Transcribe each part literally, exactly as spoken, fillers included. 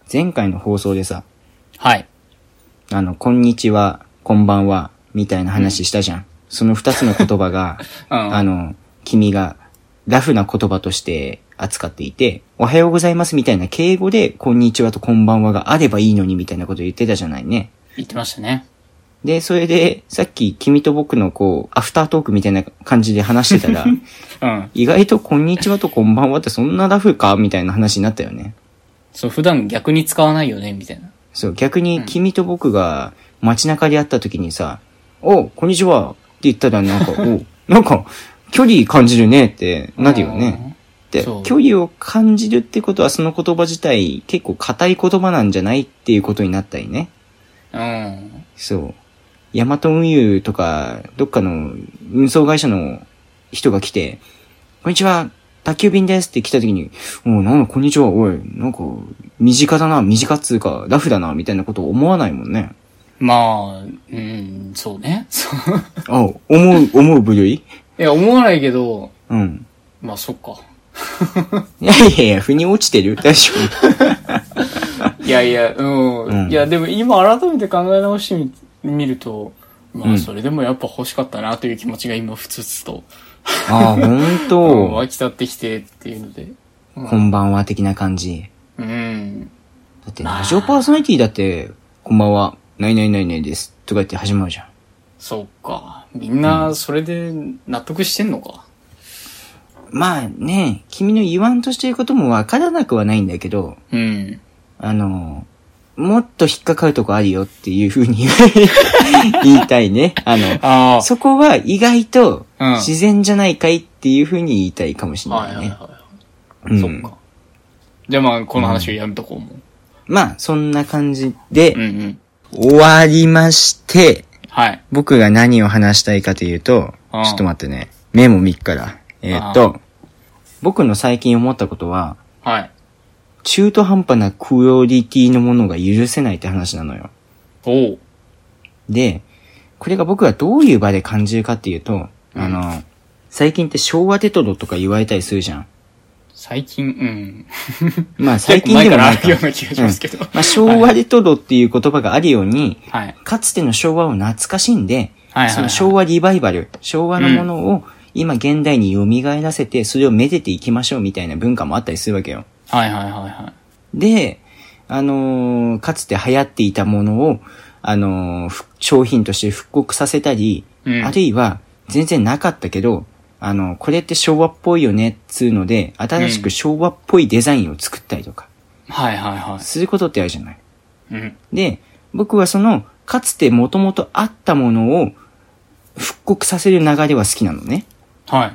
前回の放送でさ、 はい。 あの、こんにちは、こんばんは、みたいな話したじゃん。うん、その二つの言葉が、うん、あの、君がラフな言葉として扱っていて、おはようございますみたいな敬語で、こんにちはとこんばんはがあればいいのにみたいなこと言ってたじゃないね。 言ってましたね。 で、それで、さっき君と僕のこう、アフタートークみたいな感じで話してたら、うん、意外とこんにちはとこんばんはってそんなラフかみたいな話になったよね。 そう、普段逆に使わないよねみたいな。 そう、逆に君と僕が街中で会った時にさ、うん、お、こんにちはって言ったらなんか、お、なんか、距離感じるねってなるよね。で、距離を感じるってことはその言葉自体結構硬い言葉なんじゃないっていうことになったりね。 うん。 そう。ヤマト運輸とか、どっかの運送会社の人が来て、こんにちは、宅急便ですって来た時に、おう、なんかこんにちは、おい、なんか、身近だな、短っつうか、ラフだな、みたいなこと思わないもんね。 まあ、うん、そうね。 あ、思う、思う部類？いや、思わないけど、 うん。 まあ、そっか。 いやいやいや、腑に落ちてる？大丈夫。いやいや、うん、うん。いや、でも今改めて考え直してみて、見ると、まあそれでもやっぱ欲しかったなという気持ちが今ふつふつと。 ああ、ほんと。 うん、湧き立ってきてっていうので。 うん、こんばんは的な感じ。 うん。 だってラジオパーソナリティだって、こんばんは、ないないないないです。とか言って始まるじゃん。 そっか。みんなそれで納得してんのか。 うん、まあね、君の言わんとしていることもわからなくはないんだけど、 うん。 あの、もっと引っかかるとこあるよっていう風に言いたいね。あのあ、そこは意外と自然じゃないかいっていう風に言いたいかもしれないね。はいはいはい。 うん、そっか。じゃあまあ、この話をやめとこうも、うん。 まあ、そんな感じで、 うんうん、 終わりまして、 はい。 僕が何を話したいかというと、ちょっと待ってね。メモ見っから。えー、っと、僕の最近思ったことは、 はい。 中途半端なクオリティのものが許せないって話なのよ。 おう。 で、これが僕がどういう場で感じるかっていうと、うん、あの、最近って昭和レトロとか言われたりするじゃん。 最近、うん。 まあ最近でもないか。 結構前からあるような気がしますけど。うん、 まあ昭和レトロっていう言葉があるように、 はい、 かつての昭和を懐かしんで、はいはいはい、その昭和リバイバル、昭和のものを今現代に蘇らせて、それをめでていきましょうみたいな文化もあったりするわけよ。 はいはいはいはい。 で、あのー、かつて流行っていたものを、あのー、商品として復刻させたり、うん、あるいは全然なかったけど、あの、これって昭和っぽいよねっつうので、新しく昭和っぽいデザインを作ったりとか、 うん、はいはいはい。 することってあるじゃない。 うん、 で、僕はその、かつてもともとあったものを復刻させる流れは好きなのね。 はい。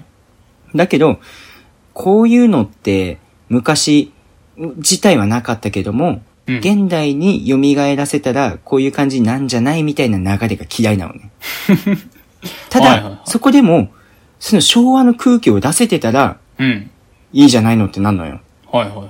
だけど、こういうのって、昔自体はなかったけども、うん、現代に蘇らせたらこういう感じなんじゃないみたいな流れが嫌いなのね。ただ、はいはいはい、そこでもその昭和の空気を出せてたら、 うん、 いいじゃないのってなんのよ。 はいはいはい。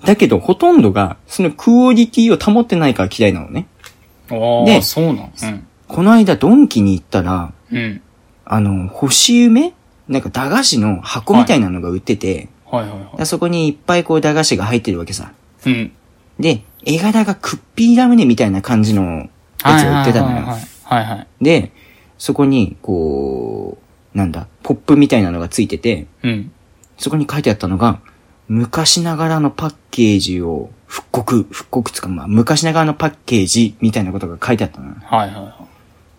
だけどほとんどがそのクオリティを保ってないから嫌いなのね。 あで、そうなん、うん、 この間ドンキに行ったら、 うん、 あの干し梅なんか駄菓子の箱みたいなのが売ってて、 はいはいはいはい、 そこにいっぱいこう駄菓子が入ってるわけさ。 うん。 で、絵柄がクッピーラムネみたいな感じのやつを売ってたのよ。 はいはいはい。 で、そこに、こう、なんだ、ポップみたいなのがついてて、 うん。 そこに書いてあったのが、昔ながらのパッケージを復刻、復刻つか、まあ、昔ながらのパッケージみたいなことが書いてあったのよ。 はいはいはい。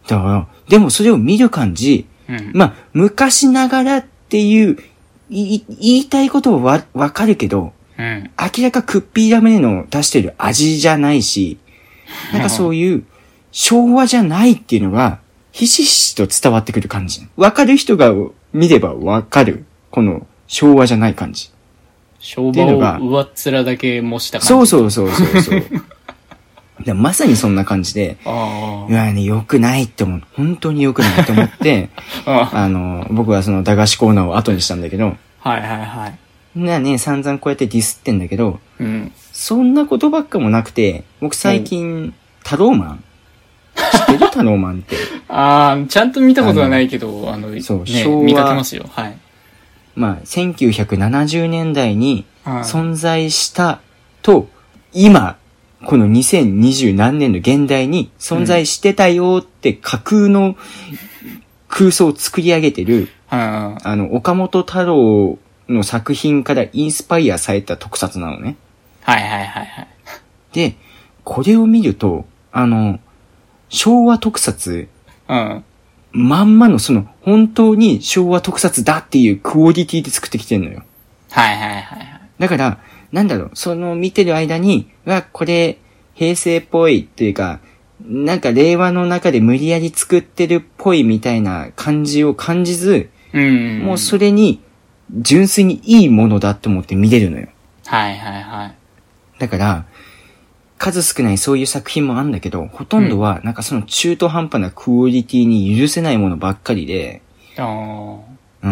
だから、でもそれを見る感じ、 うん、 まあ、昔ながらっていう、い言いたいことはわかるけど、 うん、 明らかクッピーラムネの出してる味じゃないし、なんかそういう昭和じゃないっていうのがひしひしと伝わってくる感じ。わかる人が見ればわかる。この昭和じゃない感じ。 昭和を上っ面だけ模した感じ。 そうそうそうそうそう。でまさにそんな感じで、 あいやね、良くないって思う。本当に良くないと思って、あ, あの、僕はその駄菓子コーナーを後にしたんだけど、 はいはいはい。 なね、散々こうやってディスってんだけど、 うん、 そんなことばっかもなくて、僕最近、タローマン知ってるタローマンって。 ああ、ちゃんと見たことはないけど、あの、あのそう、 ね、 昭和見かけますよ。はい。 まあ、せんきゅうひゃくななじゅうねんだいに存在したと、今このにせんにじゅう何年の現代に存在してたよって架空の空想を作り上げてる、 うん、あの、岡本太郎の作品からインスパイアされた特撮なのね。 はいはいはいはい。 で、これを見ると、あの、昭和特撮、 うん。 まんまのその、本当に昭和特撮だっていうクオリティで作ってきてんのよ。 はいはいはいはい。 だから、なんだろう、その見てる間に、わ、これ、平成っぽいっていうか、なんか令和の中で無理やり作ってるっぽいみたいな感じを感じず、 うん、 もうそれに、純粋にいいものだと思って見れるのよ。 はいはいはい。 だから、数少ないそういう作品もあるんだけど、ほとんどは、なんかその中途半端なクオリティに許せないものばっかりで、 あうん。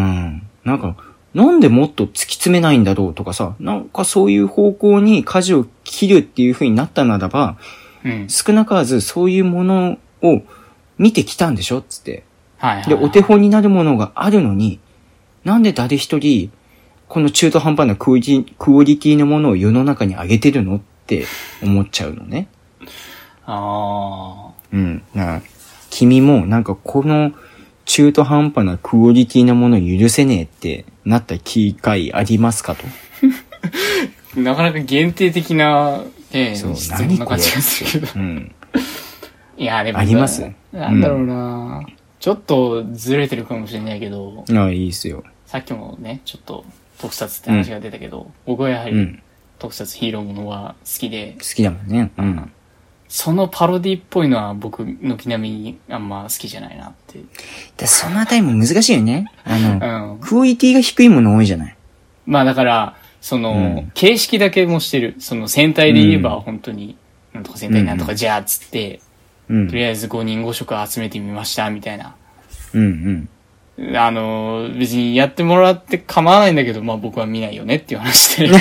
なんか、なんでもっと突き詰めないんだろうとかさ、なんかそういう方向に舵を切るっていう風になったならば、 うん、 少なからずそういうものを見てきたんでしょっつって。 はいはいはい。 で、お手本になるものがあるのに、なんで誰一人、この中途半端なクオリティ、クオリティのものを世の中に上げてるのって思っちゃうのね。 ああ。 うん。な、君もなんかこの中途半端なクオリティのものを許せねえってなった機会ありますかと。 なかなか限定的な、ね、 そう、 質問な感じがするけど。 うん。 いや、でも。 あります？ なんだろうな、うん、ちょっとずれてるかもしれないけど。 ああ、いいっすよ。 さっきもね、ちょっと特撮って話が出たけど、うん、僕はやはり特撮ヒーローものは好きで。 好きだもんね。うん。 そのパロディっぽいのは僕、軒並みあんま好きじゃないなって。 でそのあたりも難しいよね。あの、 うん、 クオリティが低いもの多いじゃない。 まあだから、その、うん、形式だけもしてる。その戦隊で言えば本当に、うん、なんとか戦隊なんとかじゃあっつって、うん、とりあえずごにんご色集めてみましたみたいな。 うんうん。あの、別にやってもらって構わないんだけど、まあ僕は見ないよねっていう話で、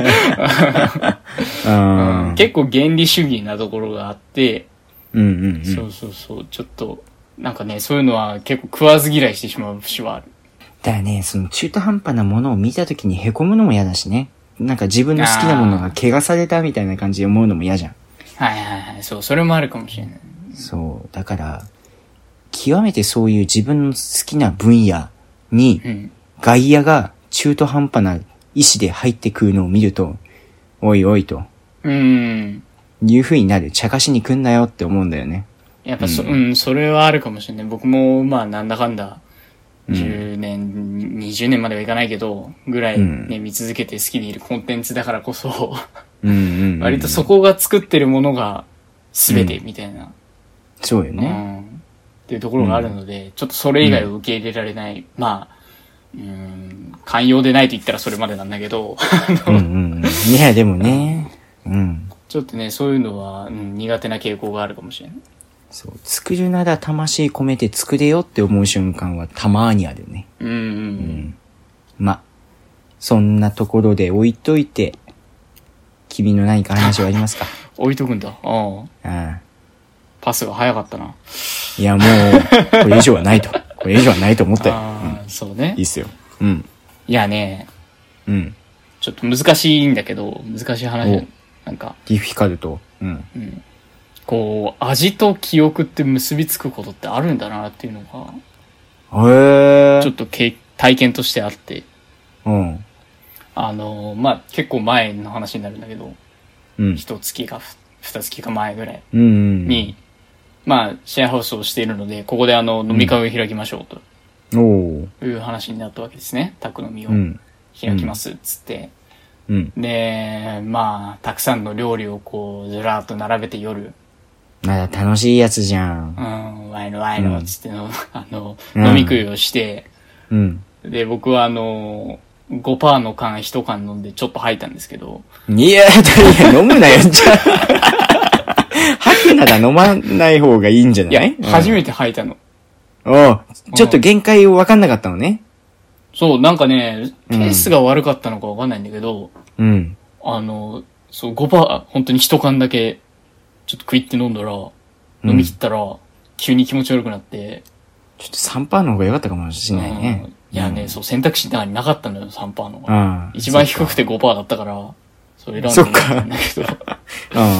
うん。結構原理主義なところがあって、 うんうんうん、 そうそうそう、ちょっと、なんかね、そういうのは結構食わず嫌いしてしまう節はある。 だよね、その中途半端なものを見たときに凹むのも嫌だしね。なんか自分の好きなものが怪我されたみたいな感じで思うのも嫌じゃん。 はいはいはい、そう、それもあるかもしれない。 そう、だから、極めてそういう自分の好きな分野に、うん、外野が中途半端な意志で入ってくるのを見ると、おいおいと。 うん。 いう風になる。茶化しに来んなよって思うんだよね。 やっぱそ、うん、うん、それはあるかもしれない。僕も、まあ、なんだかんだ、じゅうねん、うん、にじゅうねんまではいかないけど、ぐらいね、うん、見続けて好きでいるコンテンツだからこそ、 うんうんうんうん、 割とそこが作ってるものが全てみたいな。うん、 そうよね、 うん。っていうところがあるので、うん、ちょっとそれ以外を受け入れられない。うん、まあ、うーん、寛容でないと言ったらそれまでなんだけど。 うんうん、いや、でもね、うん。 ちょっとね、そういうのは、うん、苦手な傾向があるかもしれない。 そう、作るなら魂込めて作れよって思う瞬間はたまーにあるね。 うんうんうん。うん、 ま、そんなところで置いといて、君の何か話はありますか？ 置いとくんだ。ああ。 ああ。 パスが早かったな。 いや、もう、これ以上はないと。これ以上はないと思ったよ。 ああ、うん、そうね。 いいっすよ。うん。 いやね。 うん。 ちょっと難しいんだけど、難しい話。なんか。 ディフィカルト。うん。 うん。こう、味と記憶って結びつくことってあるんだなっていうのが、 へー。 ちょっとけ体験としてあって。 うん。 あの、まあ、結構前の話になるんだけど、 うん。 一月か二月か前ぐらいに、うんうん、 まあ、シェアハウスをしているので、ここであの、飲み会を開きましょうと。 うん、 いう話になったわけですね。宅飲みを開きます、つって。 うん。 で、まあ、たくさんの料理をこう、ずらーっと並べて夜。 まだ楽しいやつじゃん。 うん、ワイのワイの、つっての、うん、あの、飲み食いをして、 うん。 で、僕はあの、ごパーセントの缶一缶飲んでちょっと吐いたんですけど。 いや、いや、飲むなよ、じゃあ。吐くなら飲まない方がいいんじゃない？いや、 うん、初めて吐いたの。 おう、ちょっと限界を分かんなかったのね。 そう、なんかね、ペースが悪かったのか分かんないんだけど、 うん。 あの、そう、ごパーセント、本当に一缶だけ、ちょっと食いって飲んだら、飲み切ったら、急に気持ち悪くなって。 ちょっと さんパーセント の方が良かったかもしれないね。 うん、いやね、うん、そう、選択肢の中になかったのよ、さんパーセント のが。 うん、 一番低くて ごパーセント だったから、それ選んでみたんだけど。 うんうん。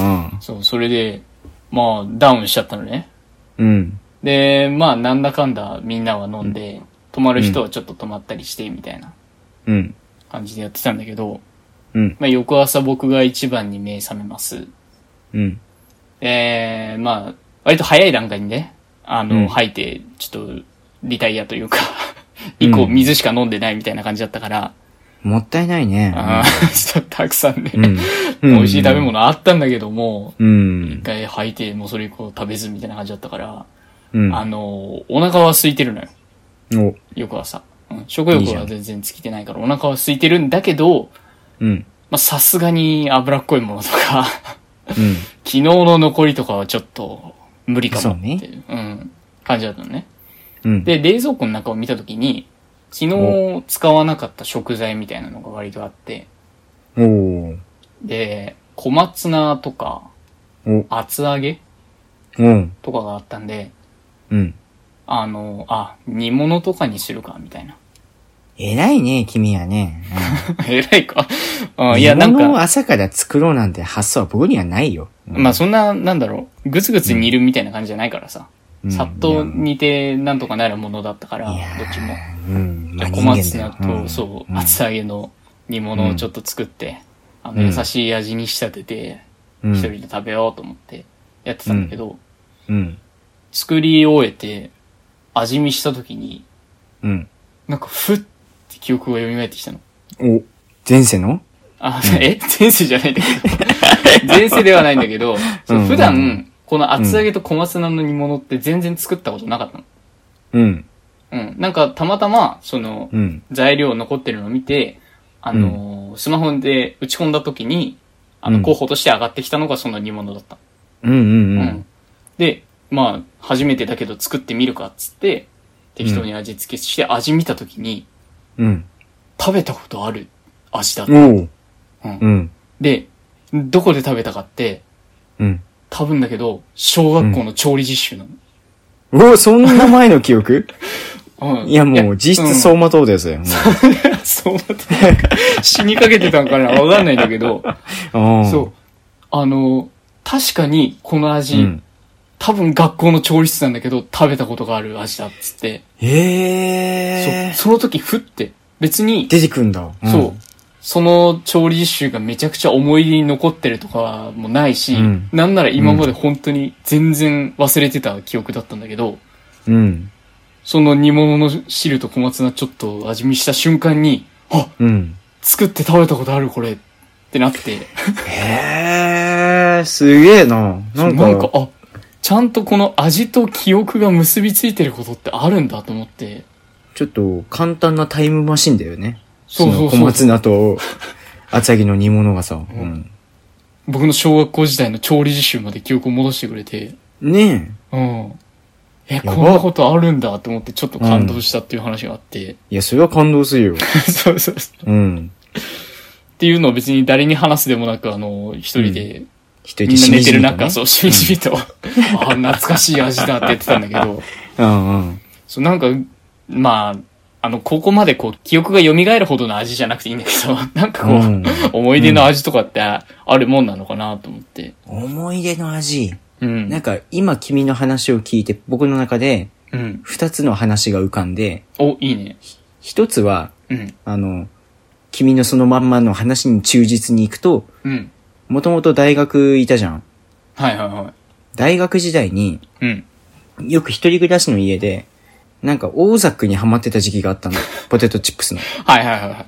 そう、それで、まあ、ダウンしちゃったのね。 うん。 で、まあ、なんだかんだみんなは飲んで、うん、泊まる人はちょっと泊まったりして、みたいな。 うん。 感じでやってたんだけど、 うん。 まあ、翌朝僕が一番に目覚めます。 うん。 えー、まあ、割と早い段階にね、あの、 うん、 吐いて、ちょっと、リタイアというか、以降水しか飲んでないみたいな感じだったから、 もったいないね。 ああ、たくさんね、 うん、 美味しい食べ物あったんだけども、 うん、 一回吐いて、もうそれ以降食べずみたいな感じだったから、 うん、 あの、お腹は空いてるのよ。 お翌朝。うん、食欲は全然尽きてないからお腹は空いてるんだけど、 うん。 まあ、さすがに脂っこいものとか、 うん、 昨日の残りとかはちょっと無理かもっていう、 ね、 うん、感じだったのね。 うん、 で、冷蔵庫の中を見たときに、昨日使わなかった食材みたいなのが割とあって、 おで、小松菜とか、厚揚げとかがあったんで、 うん。 あの、あ、煮物とかにするか、みたいな。 偉いね、君はね。 うん、偉いか。 いや、なんか。煮物を朝から作ろうなんて発想は僕にはないよ。 うん、まあそんな、なんだろう、ぐつぐつ煮るみたいな感じじゃないからさ。うん、さっと煮てなんとかなるものだったから、どっちも。 うん。まあ、 小松菜と、うん、そう、厚揚げの煮物をちょっと作って、うん、あの、優しい味に仕立てて、うん、一人で食べようと思ってやってたんだけど、 うんうん、 作り終えて、味見したときに、 うん、 なんか、ふって記憶が蘇ってきたの。 お、前世のあ、うん、え前世じゃないんだけど。前世ではないんだけど、そう普段、うん、この厚揚げと小松菜の煮物って全然作ったことなかったの。 うん。 うん。なんか、たまたま、その、うん、材料残ってるのを見て、あのーうん、スマホで打ち込んだときに、あの、候補として上がってきたのがその煮物だった。 うんうんうん。うん、 で、まあ、初めてだけど作ってみるかっつって、適当に味付けして味見たときに、 うん。 食べたことある味だった。 おう。 うん。うん。 で、どこで食べたかって、 うん。 多分だけど、小学校の調理実習なの。 うん、おそんな前の記憶うん。 いやもう、実質走馬灯ですよ。 走馬灯なんか死にかけてたんかなわかんないんだけど、そう。あの、確かにこの味、うん、多分学校の調理室なんだけど、食べたことがある味だっつって。 へー。 そ、その時、ふって、別に。 出てくんだ。 うん、そう。その調理実習がめちゃくちゃ思い出に残ってるとかもないし、うん、なんなら今まで本当に全然忘れてた記憶だったんだけど、 うん。 その煮物の汁と小松菜ちょっと味見した瞬間に、あ、 うん、 作って食べたことあるこれってなって。 へー、すげえな。 なんか、なんか、あ、ちゃんとこの味と記憶が結びついてることってあるんだと思って。 ちょっと簡単なタイムマシンだよね。 そうそうそう。 小松菜と厚揚げの煮物がさ、うん。 僕の小学校時代の調理実習まで記憶を戻してくれて。 ねえ。うん。え、こんなことあるんだと思ってちょっと感動したっていう話があって。うん、 いや、それは感動するよ。 そうそうそう。 うん。 っていうのを別に誰に話すでもなく、あの、一人で、 うん一人みんな寝てる中、そう、しみじみと、うん、あ、懐かしい味だって言ってたんだけど、 うんうん。 そう、なんか、まあ、あの、ここまでこう、記憶が蘇るほどの味じゃなくていいんだけど、なんかこう、うん、思い出の味とかってあるもんなのかなと思って。 思い出の味うん。 なんか、今君の話を聞いて、僕の中で、 うん。 二つの話が浮かんで、 お、いいね。 一つは、 うん。 あの、君のそのまんまの話に忠実に行くと、 うん。 もともと大学いたじゃん。 はいはいはい。 大学時代に、 うん。 よく一人暮らしの家で、なんか大ザックにハマってた時期があったの。ポテトチップスの。 はいはいはい。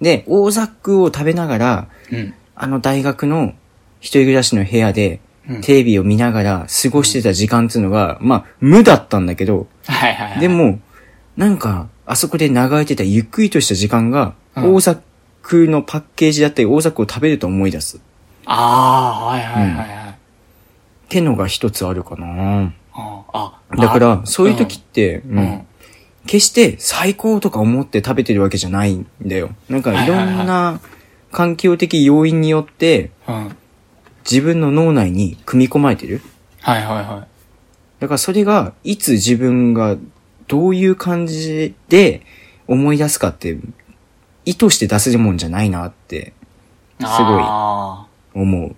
で、大ザックを食べながら、 うん、 あの大学の一人暮らしの部屋で、うん、テレビを見ながら過ごしてた時間っていうのが、まあ、無だったんだけど、 はいはいはい。 でも、なんか、あそこで流れてたゆっくりとした時間が、うん、大ザックのパッケージだったり、大ザックを食べると思い出す。 ああ、はいはいはいはい。うん、 ってのが一つあるかな。 ああ。 だから、そういう時って、 うんうん、 決して最高とか思って食べてるわけじゃないんだよ。なんかいろんな環境的要因によって、自分の脳内に組み込まれてる。 はいはいはい。 だからそれが、いつ自分がどういう感じで思い出すかって、意図して出せるもんじゃないなって、すごい思う。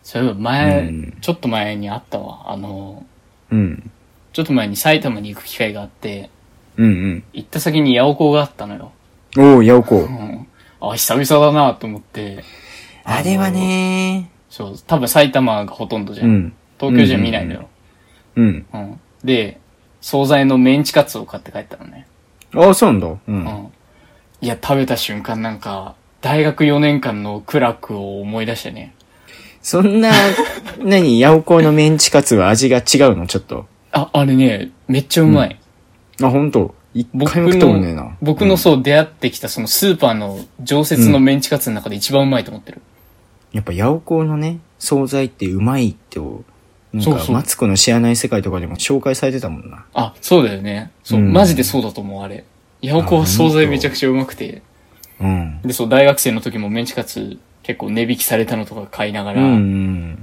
そういえば前、 うん、 ちょっと前にあったわ。あの、 うん。 ちょっと前に埼玉に行く機会があって、 うんうん。 行った先に八百子があったのよ。 おー、八百子。 うん。あ、久々だなと思って。 あれはねー。そう、多分埼玉がほとんどじゃん。うん、東京じゃ見ないのよ。 うん。 うん。で、惣菜のメンチカツを買って帰ったのね。 ああ、そうなんだ。うん。 うん。いや、食べた瞬間なんか、大学よねんかんの苦楽を思い出してね。 そんな、何、八百子のメンチカツは味が違うのちょっと。 あ、あれね、めっちゃうまい。 うん、あ、ほんと一回も食ったことねえな。 僕のそう、出会ってきたそのスーパーの常設のメンチカツの中で一番うまいと思ってる。 うん、やっぱ八百子のね、惣菜ってうまいって、なんか、マツコの知らない世界とかでも紹介されてたもんな。 あ、そうだよね。そう、うん、マジでそうだと思う、あれ。八百子は惣菜めちゃくちゃうまくて。 うん。 で、そう、大学生の時もメンチカツ結構値引きされたのとか買いながら、うん、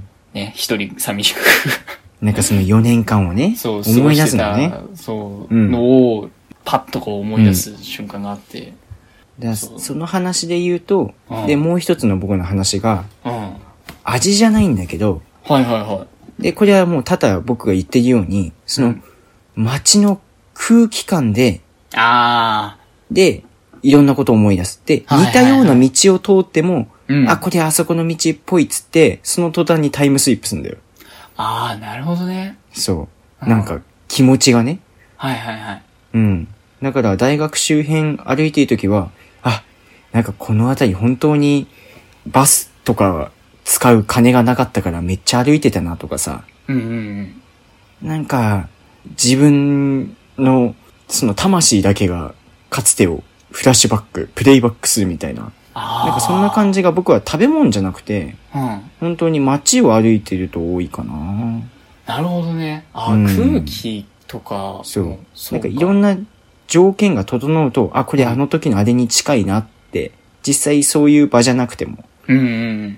ね、一人寂しく。 なんかそのよねんかんをね、そう、思い出すのね。 そう、うん、のを、パッとこう思い出す瞬間があって。 うん、そ, その話で言うと、うん、で、もう一つの僕の話が、 うん、 味じゃないんだけど、 はいはいはい。 で、これはもうただ僕が言ってるように、その、街の空気感で、 あー。で、いろんなことを思い出す。で、似たような道を通っても、うん、あ、これあそこの道っぽいっつって、その途端にタイムスリップするんだよ。 あー、なるほどね。 そう。なんか、気持ちがね。 はいはいはい。 うん。だから、大学周辺歩いているときは、あ、なんかこの辺り本当に、バスとか使う金がなかったからめっちゃ歩いてたなとかさ。 うんうんうん。 なんか、自分の、その魂だけが、かつてをフラッシュバック、プレイバックするみたいな。なんかそんな感じが僕は食べ物じゃなくて、 うん、 本当に街を歩いていると多いかな。 なるほどね。あ、うん、空気とか。 そう。そうかなんかいろんな条件が整うと、あ、これあの時のあれに近いなって、実際そういう場じゃなくても。 うんうん。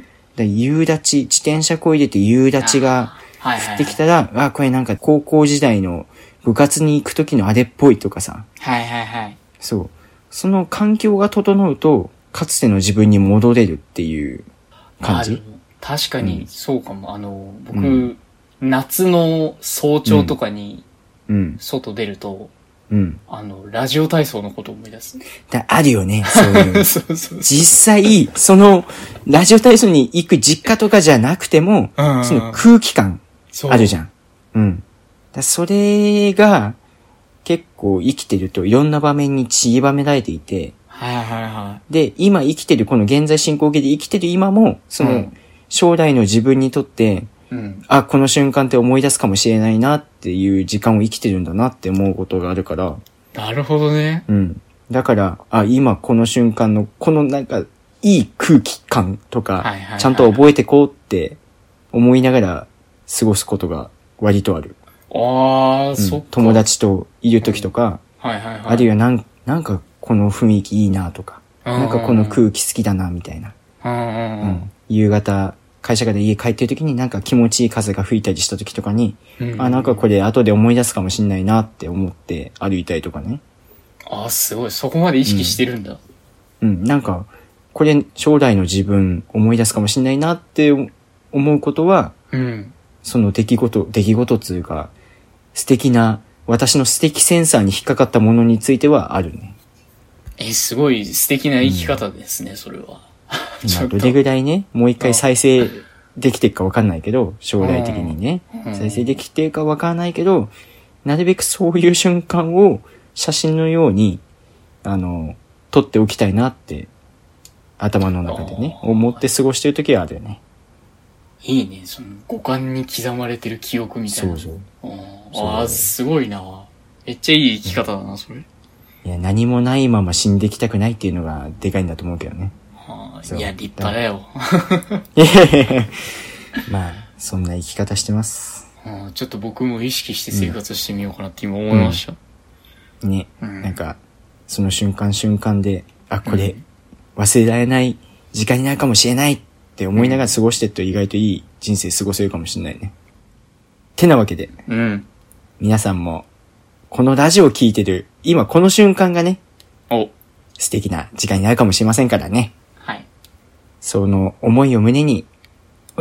だ夕立ち、自転車こいでて夕立ちが降ってきたら、はいはいはい、あ、これなんか高校時代の部活に行く時のあれっぽいとかさ。 はいはいはい。 そう。その環境が整うと、かつての自分に戻れるっていう感じ。 確かにそうかも。うん、あの、僕、うん、夏の早朝とかに外出ると、 うん、 あの、ラジオ体操のことを思い出す。 だあるよね、そういうの。 そうそうそう実際、その、ラジオ体操に行く実家とかじゃなくても、うんうん、その空気感あるじゃん。ううん。だそれが、結構生きてるといろんな場面に散りばめられていて、 はいはいはい。 で、今生きてる、この現在進行形で生きてる今も、その、将来の自分にとって、 うん、 あ、この瞬間って思い出すかもしれないなっていう時間を生きてるんだなって思うことがあるから。 なるほどね。 うん。だから、あ、今この瞬間の、このなんか、いい空気感とか、 はいはいはい、 ちゃんと覚えてこうって思いながら過ごすことが割とある。 ああ、 うん、 そっか。 友達といる時とか、 うん、はいはいはい。 あるいはなん、なんか、この雰囲気いいなとか、なんかこの空気好きだなみたいな。 うんうんうん、 夕方、会社から家帰ってる時になんか気持ちいい風が吹いたりした時とかに、うんうんうん、あ、なんかこれ後で思い出すかもしんないなって思って歩いたりとかね。 あ、すごい。そこまで意識してるんだ。 うん。うん、なんか、これ将来の自分思い出すかもしんないなって思うことは、 うん、 その出来事、出来事っていうか、素敵な、私の素敵センサーに引っかかったものについてはあるね。 え、すごい素敵な生き方ですね、うん、それは。 まあ、どれぐらいね、もう一回再生できていくかわかんないけど、将来的にね、再生できていくかわかんないけど、なるべくそういう瞬間を写真のように、あの、撮っておきたいなって、頭の中でね、思って過ごしてるときはあるよね。 いいね、その五感に刻まれてる記憶みたいな。 そうそう。 ああ、すごいな。めっちゃいい生き方だな、それ。 いや、何もないまま死んできたくないっていうのがでかいんだと思うけどね。 はあ、いや、立派だよ。 いやいやいやまあ、そんな生き方してます。 はあ、ちょっと僕も意識して生活してみようかなって今思いました。 うん、ね、うん、なんか、その瞬間瞬間で、あ、これ、忘れられない時間になるかもしれないって思いながら過ごしてると意外といい人生過ごせるかもしれないね。てなわけで、 うん、 皆さんも、このラジオを聞いてる、今この瞬間がね、 お、 素敵な時間になるかもしれませんからね。 はい。 その思いを胸に、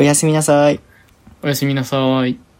おやすみなさい。 おやすみなさい。